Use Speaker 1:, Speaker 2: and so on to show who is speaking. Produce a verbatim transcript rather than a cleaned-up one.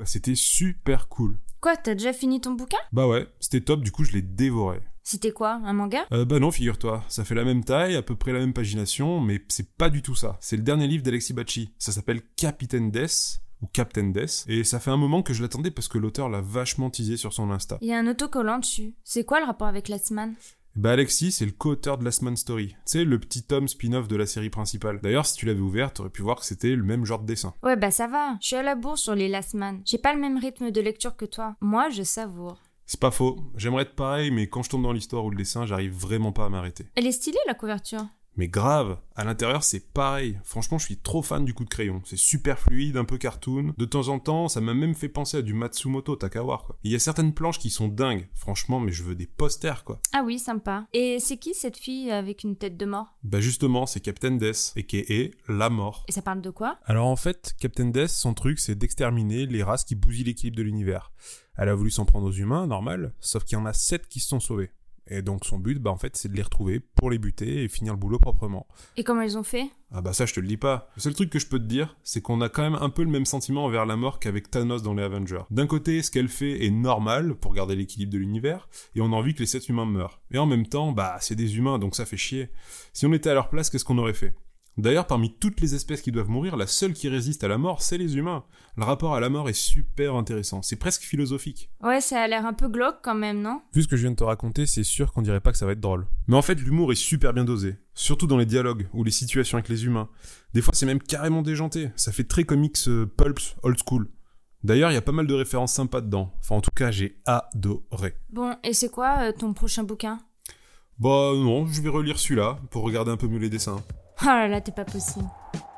Speaker 1: Bah, c'était super cool.
Speaker 2: Quoi, t'as déjà fini ton bouquin?
Speaker 1: Bah ouais, c'était top, du coup je l'ai dévoré.
Speaker 2: C'était quoi, un manga?
Speaker 1: Euh, bah non, figure-toi, ça fait la même taille, à peu près la même pagination, mais c'est pas du tout ça. C'est le dernier livre d'Alexis Bacci. Ça s'appelle Capitaine Death, ou Captain Death, et ça fait un moment que je l'attendais parce que l'auteur l'a vachement teasé sur son Insta.
Speaker 2: Il y a un autocollant dessus. C'est quoi le rapport avec Last Man?
Speaker 1: Bah Alexis, c'est le co-auteur de Last Man Story. Tu sais, le petit tome spin-off de la série principale. D'ailleurs, si tu l'avais ouvert, t'aurais pu voir que c'était le même genre de dessin.
Speaker 2: Ouais, bah ça va. Je suis à la bourre sur les Last Man. J'ai pas le même rythme de lecture que toi. Moi, je savoure.
Speaker 1: C'est pas faux, j'aimerais être pareil, mais quand je tombe dans l'histoire ou le dessin, j'arrive vraiment pas à m'arrêter.
Speaker 2: Elle est stylée, la couverture.
Speaker 1: Mais grave, à l'intérieur c'est pareil. Franchement, je suis trop fan du coup de crayon. C'est super fluide, un peu cartoon. De temps en temps, ça m'a même fait penser à du Matsumoto, t'as qu'à voir quoi. Il y a certaines planches qui sont dingues. Franchement, mais je veux des posters quoi.
Speaker 2: Ah oui, sympa. Et c'est qui cette fille avec une tête de mort?
Speaker 1: Bah justement, c'est Captain Death, et qui est la mort.
Speaker 2: Et ça parle de quoi?
Speaker 1: Alors en fait, Captain Death, son truc, c'est d'exterminer les races qui bousillent l'équilibre de l'univers. Elle a voulu s'en prendre aux humains, normal, sauf qu'il y en a sept qui se sont sauvés. Et donc son but, bah en fait, c'est de les retrouver pour les buter et finir le boulot proprement.
Speaker 2: Et comment ils ont fait?
Speaker 1: Ah bah ça, je te le dis pas. Le seul truc que je peux te dire, c'est qu'on a quand même un peu le même sentiment envers la mort qu'avec Thanos dans les Avengers. D'un côté, ce qu'elle fait est normal pour garder l'équilibre de l'univers, et on a envie que les sept humains meurent. Et en même temps, bah c'est des humains, donc ça fait chier. Si on était à leur place, qu'est-ce qu'on aurait fait ? D'ailleurs, parmi toutes les espèces qui doivent mourir, la seule qui résiste à la mort, c'est les humains. Le rapport à la mort est super intéressant, c'est presque philosophique.
Speaker 2: Ouais, ça a l'air un peu glauque quand même, non?
Speaker 1: Vu ce que je viens de te raconter, c'est sûr qu'on dirait pas que ça va être drôle. Mais en fait, l'humour est super bien dosé, surtout dans les dialogues ou les situations avec les humains. Des fois, c'est même carrément déjanté, ça fait très comics euh, pulps old school. D'ailleurs, il y a pas mal de références sympas dedans. Enfin, en tout cas, j'ai adoré.
Speaker 2: Bon, et c'est quoi euh, ton prochain bouquin?
Speaker 1: Bah non, je vais relire celui-là, pour regarder un peu mieux les dessins.
Speaker 2: Oh là là, t'es pas possible.